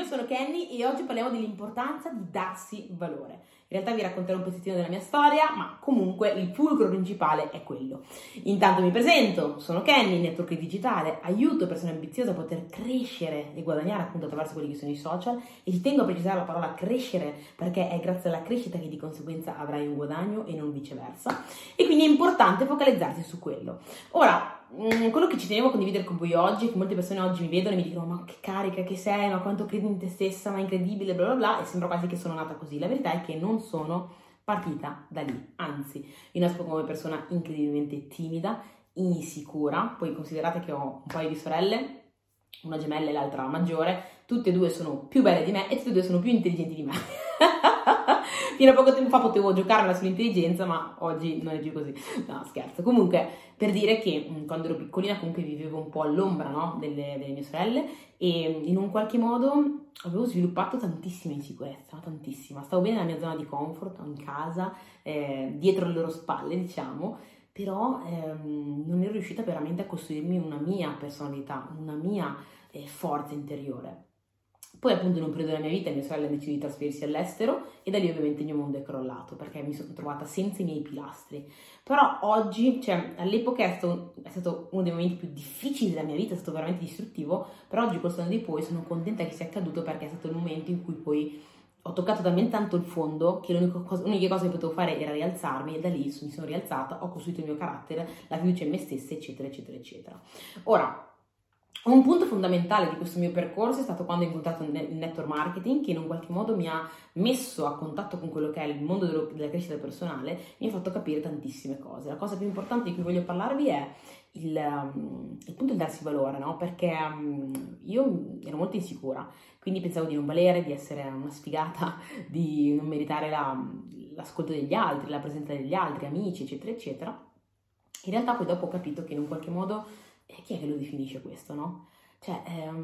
sono Kenny e oggi parliamo dell'importanza di darsi valore. In realtà vi racconterò un pezzettino della mia storia, ma comunque il fulcro principale è quello. Intanto mi presento, sono Kenny, network digitale, aiuto persone ambiziose a poter crescere e guadagnare appunto attraverso quelli che sono i social e ci tengo a precisare la parola crescere perché è grazie alla crescita che di conseguenza avrai un guadagno e non viceversa e quindi è importante focalizzarsi su quello. Ora, quello che ci tenevo a condividere con voi oggi è che molte persone oggi mi vedono e mi dicono ma che carica che sei, ma quanto credi in te stessa, ma è incredibile, bla bla bla, e sembra quasi che sono nata così. La verità è che non sono partita da lì, anzi, io nasco come persona incredibilmente timida, insicura, poi considerate che ho un paio di sorelle, una gemella e l'altra maggiore, tutte e due sono più belle di me e tutte e due sono più intelligenti di me. Fino a poco tempo fa potevo giocarmela sull'intelligenza, ma oggi non è più così. No, scherzo. Comunque, per dire che quando ero piccolina comunque vivevo un po' all'ombra, no? delle mie sorelle e in un qualche modo avevo sviluppato tantissima insicurezza, tantissima. Stavo bene nella mia zona di comfort, in casa, dietro le loro spalle, diciamo, però non ero riuscita veramente a costruirmi una mia personalità, una mia forza interiore. Poi appunto in un periodo della mia vita mia sorella ha deciso di trasferirsi all'estero e da lì ovviamente il mio mondo è crollato perché mi sono trovata senza i miei pilastri. Però oggi, cioè all'epoca è stato uno dei momenti più difficili della mia vita, è stato veramente distruttivo, però oggi col senno di poi sono contenta che sia accaduto perché è stato il momento in cui poi ho toccato talmente tanto il fondo che l'unica cosa che potevo fare era rialzarmi e da lì mi sono rialzata, ho costruito il mio carattere, la fiducia in me stessa, eccetera, eccetera, eccetera. Ora, un punto fondamentale di questo mio percorso è stato quando ho incontrato il network marketing che in un qualche modo mi ha messo a contatto con quello che è il mondo della crescita personale, mi ha fatto capire tantissime cose. La cosa più importante di cui voglio parlarvi è il punto di darsi valore, no? Perché io ero molto insicura, quindi pensavo di non valere, di essere una sfigata, di non meritare l'ascolto degli altri, la presenza degli altri, amici, eccetera, eccetera. In realtà poi dopo ho capito che in un qualche modo chi è che lo definisce questo, no? Cioè,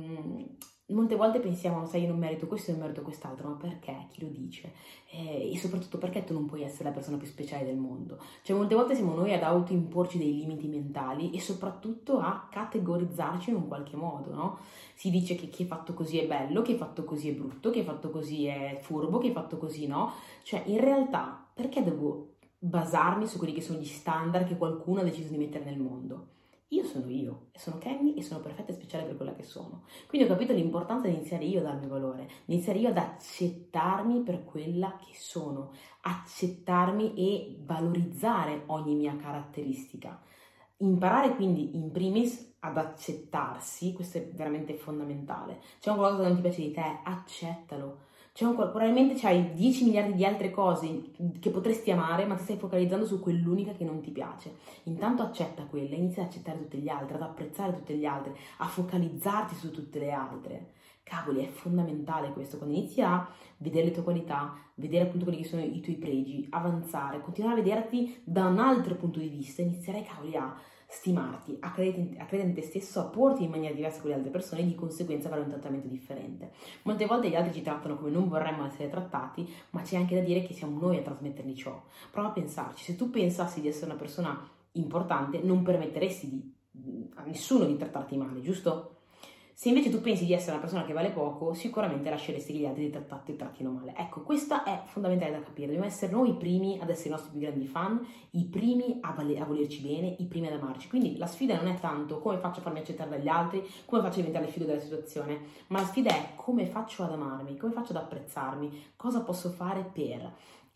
molte volte pensiamo, sai, io non merito questo, non merito quest'altro, ma perché? Chi lo dice? E soprattutto perché tu non puoi essere la persona più speciale del mondo? Cioè, molte volte siamo noi ad autoimporci dei limiti mentali e soprattutto a categorizzarci in un qualche modo, no? Si dice che chi è fatto così è bello, chi è fatto così è brutto, chi è fatto così è furbo, chi è fatto così no? Cioè, in realtà, perché devo basarmi su quelli che sono gli standard che qualcuno ha deciso di mettere nel mondo? Io e sono Kenny e sono perfetta e speciale per quella che sono. Quindi ho capito l'importanza di iniziare io a darmi valore, di iniziare io ad accettarmi per quella che sono, accettarmi e valorizzare ogni mia caratteristica. Imparare quindi in primis ad accettarsi, questo è veramente fondamentale. C'è un qualcosa che non ti piace di te, accettalo. Probabilmente c'hai 10 miliardi di altre cose che potresti amare, ma ti stai focalizzando su quell'unica che non ti piace. Intanto accetta quella, inizia ad accettare tutte le altre, ad apprezzare tutte le altre, a focalizzarti su tutte le altre. Cavoli, è fondamentale questo. Quando inizi a vedere le tue qualità, vedere appunto quelli che sono i tuoi pregi, avanzare, continuare a vederti da un altro punto di vista, inizierai, cavoli, a stimarti, a credere in te stesso, a porti in maniera diversa con le altre persone e di conseguenza avere un trattamento differente. Molte volte gli altri ci trattano come non vorremmo essere trattati, ma c'è anche da dire che siamo noi a trasmettergli ciò. Prova a pensarci, se tu pensassi di essere una persona importante, non permetteresti a nessuno di trattarti male, giusto? Se invece tu pensi di essere una persona che vale poco, sicuramente lasceresti che gli altri ti trattino male. Ecco, questa è fondamentale da capire. Dobbiamo essere noi i primi ad essere i nostri più grandi fan, i primi a volerci bene, i primi ad amarci. Quindi la sfida non è tanto come faccio a farmi accettare dagli altri, come faccio a diventare il figlio della situazione, ma la sfida è come faccio ad amarmi, come faccio ad apprezzarmi, cosa posso fare per...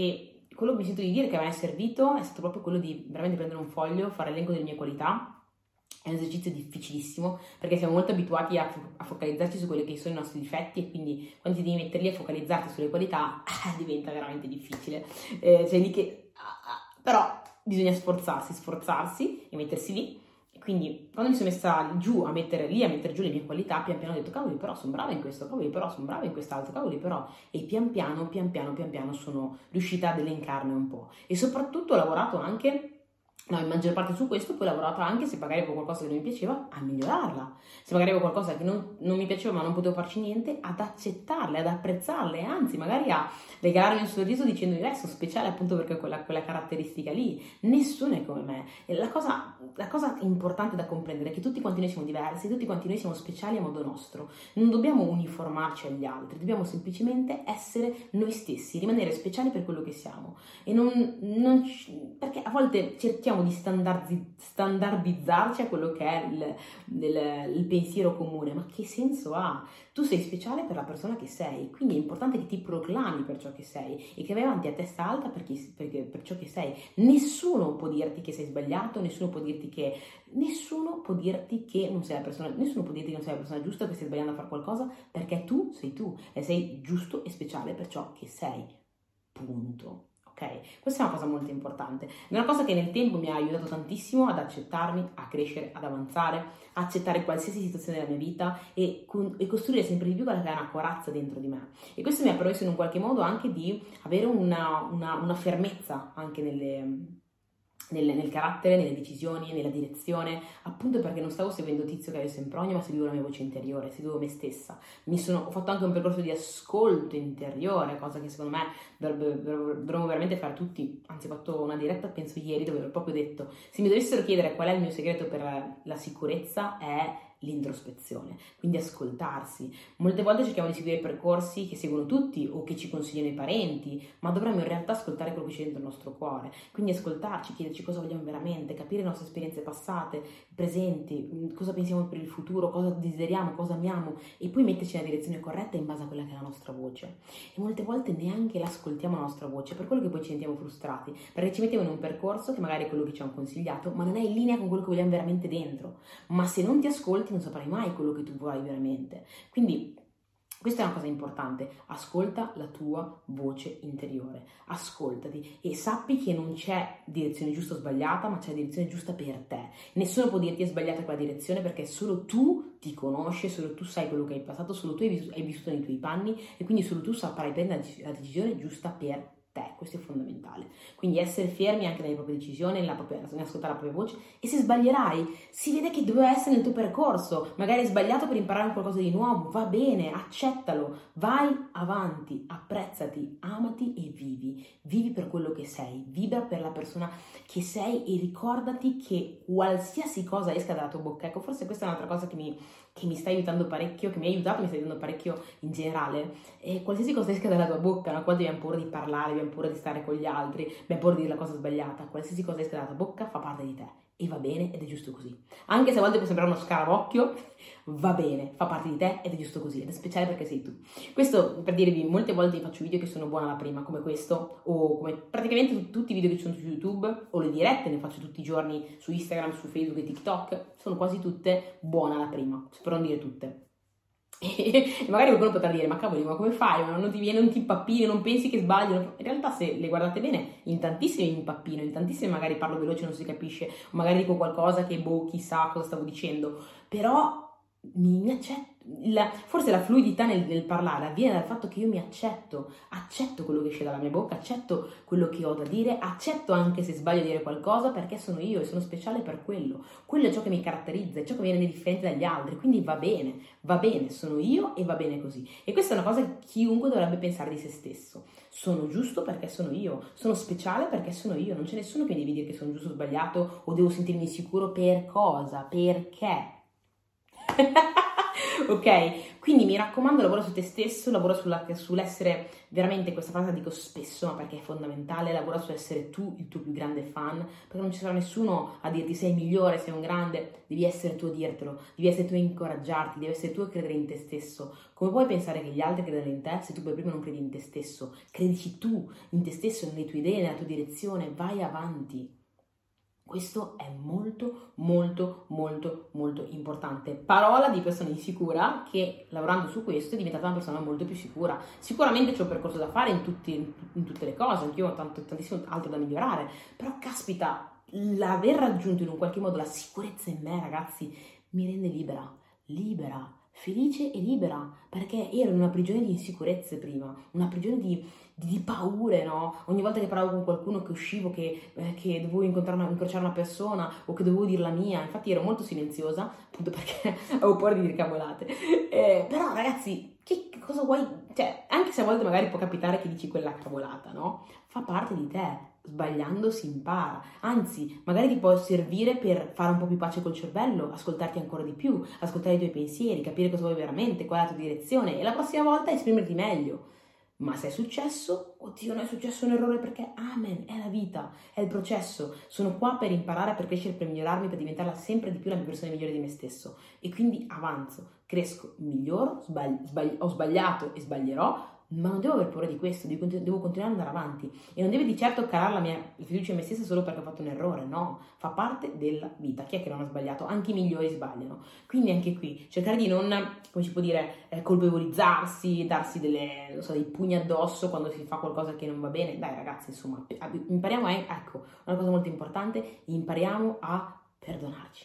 E quello che mi sento di dire che a me è servito è stato proprio quello di veramente prendere un foglio, fare l'elenco delle mie qualità. È un esercizio difficilissimo perché siamo molto abituati a focalizzarci su quelli che sono i nostri difetti e quindi quando ti devi metterli a focalizzarti sulle qualità diventa veramente difficile. Però bisogna sforzarsi e mettersi lì. E quindi quando mi sono messa giù a mettere giù le mie qualità, pian piano ho detto cavoli però sono brava in questo, cavoli però sono brava in quest'altro, cavoli però, e pian piano sono riuscita ad elencarne un po'. E soprattutto ho lavorato anche No, in maggior parte su questo poi ho lavorato anche, se magari avevo qualcosa che non mi piaceva, a migliorarla. Se magari avevo qualcosa che non mi piaceva ma non potevo farci niente, ad accettarle, ad apprezzarle, anzi magari a regalarmi un sorriso dicendomi sono speciale appunto perché ho quella caratteristica lì. Nessuno è come me. E la cosa importante da comprendere è che tutti quanti noi siamo diversi, tutti quanti noi siamo speciali a modo nostro. Non dobbiamo uniformarci agli altri, dobbiamo semplicemente essere noi stessi, rimanere speciali per quello che siamo. E perché a volte cerchiamo di standardizzarci a quello che è il pensiero comune, ma che senso ha? Tu sei speciale per la persona che sei, quindi è importante che ti proclami per ciò che sei e che vai avanti a testa alta per ciò che sei. Nessuno può dirti che sei sbagliato, nessuno può dirti che non sei la persona, nessuno può dirti che non sei la persona giusta, che stai sbagliando a fare qualcosa, perché tu sei tu e sei giusto e speciale per ciò che sei. Punto. Ok? Questa è una cosa molto importante, è una cosa che nel tempo mi ha aiutato tantissimo ad accettarmi, a crescere, ad avanzare, a accettare qualsiasi situazione della mia vita e costruire sempre di più quella che è una corazza dentro di me. E questo mi ha permesso in un qualche modo anche di avere una fermezza anche nel carattere, nelle decisioni, nella direzione, appunto perché non stavo seguendo Tizio Caio Sempronio, ma seguivo la mia voce interiore, seguivo me stessa. Ho fatto anche un percorso di ascolto interiore, cosa che secondo me dovremmo veramente fare tutti. Anzi, ho fatto una diretta, penso ieri, dove ho proprio detto: se mi dovessero chiedere qual è il mio segreto per la sicurezza, è l'introspezione, quindi ascoltarsi. Molte volte cerchiamo di seguire percorsi che seguono tutti o che ci consigliano i parenti, ma dovremmo in realtà ascoltare quello che c'è dentro il nostro cuore, quindi ascoltarci, chiederci cosa vogliamo veramente, capire le nostre esperienze passate, presenti, cosa pensiamo per il futuro, cosa desideriamo, cosa amiamo, e poi metterci nella direzione corretta in base a quella che è la nostra voce. E molte volte neanche l'ascoltiamo la nostra voce, per quello che poi ci sentiamo frustrati, perché ci mettiamo in un percorso che magari è quello che ci hanno consigliato, ma non è in linea con quello che vogliamo veramente dentro. Ma se non ti ascolti non saprai mai quello che tu vuoi veramente. Quindi questa è una cosa importante: ascolta la tua voce interiore, ascoltati e sappi che non c'è direzione giusta o sbagliata, ma c'è direzione giusta per te. Nessuno può dirti è sbagliata quella direzione, perché solo tu ti conosci, solo tu sai quello che hai passato, solo tu hai vissuto nei tuoi panni e quindi solo tu saprai prendere la decisione giusta per te. Questo è fondamentale. Quindi essere fermi anche nelle proprie decisioni, nell'ascoltare la propria voce. E se sbaglierai, si vede che doveva essere nel tuo percorso, magari hai sbagliato per imparare qualcosa di nuovo, va bene, accettalo, vai avanti, apprezzati, amati e vivi per quello che sei, vibra per la persona che sei e ricordati che qualsiasi cosa esca dalla tua bocca, ecco, forse questa è un'altra cosa che mi sta aiutando parecchio, che mi ha aiutato, mi sta aiutando parecchio in generale, e qualsiasi cosa esca dalla tua bocca, no? Quando abbiamo paura di parlare, abbiamo paura di stare con gli altri, abbiamo paura di dire la cosa sbagliata, qualsiasi cosa esca dalla tua bocca fa parte di te e va bene ed è giusto così. Anche se a volte può sembrare uno scarabocchio, va bene, fa parte di te ed è giusto così, ed è speciale perché sei tu. Questo per dirvi, molte volte faccio video che sono buona alla prima, come questo, o come praticamente tutti i video che ci sono su YouTube, o le dirette, ne faccio tutti i giorni su Instagram, su Facebook e TikTok, sono quasi tutte buona alla prima, per non dire tutte. E magari qualcuno potrà dire: ma cavoli, ma come fai? Ma non ti viene, non ti impappini, non pensi che sbaglio? In realtà, se le guardate bene, in tantissime mi impappino, in tantissime magari parlo veloce, non si capisce, o magari dico qualcosa che chissà cosa stavo dicendo, però mi accetto. Forse la fluidità nel parlare avviene dal fatto che io mi accetto quello che esce dalla mia bocca, accetto quello che ho da dire, accetto anche se sbaglio a dire qualcosa, perché sono io e sono speciale per quello è ciò che mi caratterizza, è ciò che mi rende differente dagli altri, quindi va bene, sono io e va bene così. E questa è una cosa che chiunque dovrebbe pensare di se stesso: sono giusto perché sono io, sono speciale perché sono io, non c'è nessuno che mi deve dire che sono giusto o sbagliato o devo sentirmi insicuro per cosa, perché. Ok? Quindi mi raccomando, lavora su te stesso, lavora sull'essere veramente, questa frase la dico spesso, ma perché è fondamentale, lavora su essere tu il tuo più grande fan, perché non ci sarà nessuno a dirti sei migliore, sei un grande, devi essere tu a dirtelo, devi essere tu a incoraggiarti, devi essere tu a credere in te stesso. Come puoi pensare che gli altri credano in te se tu per prima non credi in te stesso? Credici tu in te stesso, nelle tue idee, nella tua direzione, vai avanti. Questo è molto, molto, molto, molto importante. Parola di persona insicura che, lavorando su questo, è diventata una persona molto più sicura. Sicuramente c'è un percorso da fare in tutte le cose, anch'io ho tantissimo altro da migliorare, però caspita, l'aver raggiunto in un qualche modo la sicurezza in me, ragazzi, mi rende libera, felice e libera, perché ero in una prigione di insicurezze prima, una prigione di paure, no? Ogni volta che parlavo con qualcuno, che uscivo, che dovevo incrociare una persona o che dovevo dire la mia, infatti ero molto silenziosa, appunto perché avevo paura di dire cavolate. Però ragazzi, che cosa vuoi? Cioè, anche se a volte magari può capitare che dici quella cavolata, no? Fa parte di te. Sbagliando si impara, anzi magari ti può servire per fare un po' più pace col cervello, ascoltarti ancora di più, ascoltare i tuoi pensieri, capire cosa vuoi veramente, qual è la tua direzione e la prossima volta esprimerti meglio. Ma se è successo, oddio, non è successo un errore, perché amen, è la vita, è il processo, sono qua per imparare, per crescere, per migliorarmi, per diventare sempre di più la mia versione migliore di me stesso e quindi avanzo, cresco, miglioro, ho sbagliato e sbaglierò, ma non devo aver paura di questo, devo continuare ad andare avanti e non deve di certo calare la mia fiducia in me stessa solo perché ho fatto un errore, no, fa parte della vita. Chi è che non ha sbagliato? Anche i migliori sbagliano, quindi anche qui cercare di non, come si può dire, colpevolizzarsi, darsi dei pugni addosso quando si fa qualcosa che non va bene. Dai ragazzi, insomma, impariamo ecco, una cosa molto importante, impariamo a perdonarci,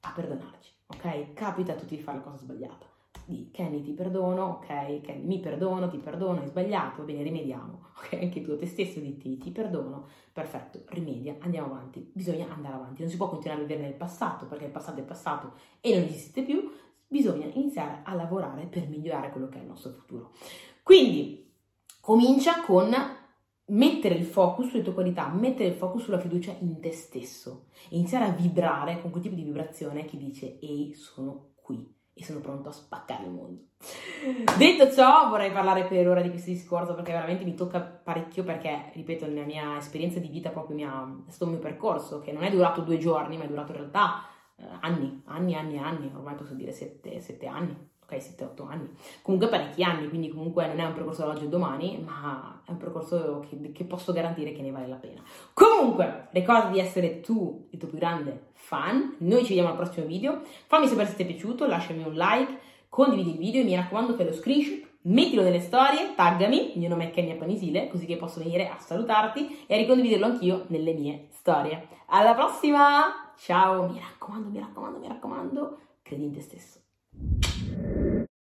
ok? Capita a tutti di fare la cosa sbagliata. Kenny ti perdono, ok, Kenny mi perdono, ti perdono, hai sbagliato, va bene, rimediamo, ok, anche tu a te stesso ti perdono, perfetto, rimedia, andiamo avanti, bisogna andare avanti, non si può continuare a vivere nel passato, perché il passato è passato e non esiste più, bisogna iniziare a lavorare per migliorare quello che è il nostro futuro. Quindi, comincia con mettere il focus sulle tue qualità, mettere il focus sulla fiducia in te stesso, iniziare a vibrare con quel tipo di vibrazione che dice, ehi, sono qui e sono pronto a spaccare il mondo. Detto ciò, vorrei parlare per ora di questo discorso perché veramente mi tocca parecchio, perché, ripeto, nella mia esperienza di vita proprio è stato un mio percorso che non è durato 2 giorni, ma è durato in realtà anni, ormai posso dire 7 anni, ok, 7-8 anni, comunque parecchi anni, quindi comunque non è un percorso da oggi al domani, ma è un percorso che posso garantire che ne vale la pena. Comunque, ricorda di essere tu il tuo più grande fan, noi ci vediamo al prossimo video, fammi sapere se ti è piaciuto, lasciami un like, condividi il video e mi raccomando che lo screenshot, mettilo nelle storie, taggami, il mio nome è Kenya Panisile, così che posso venire a salutarti e a ricondividerlo anch'io nelle mie storie. Alla prossima, ciao, mi raccomando, credi in te stesso.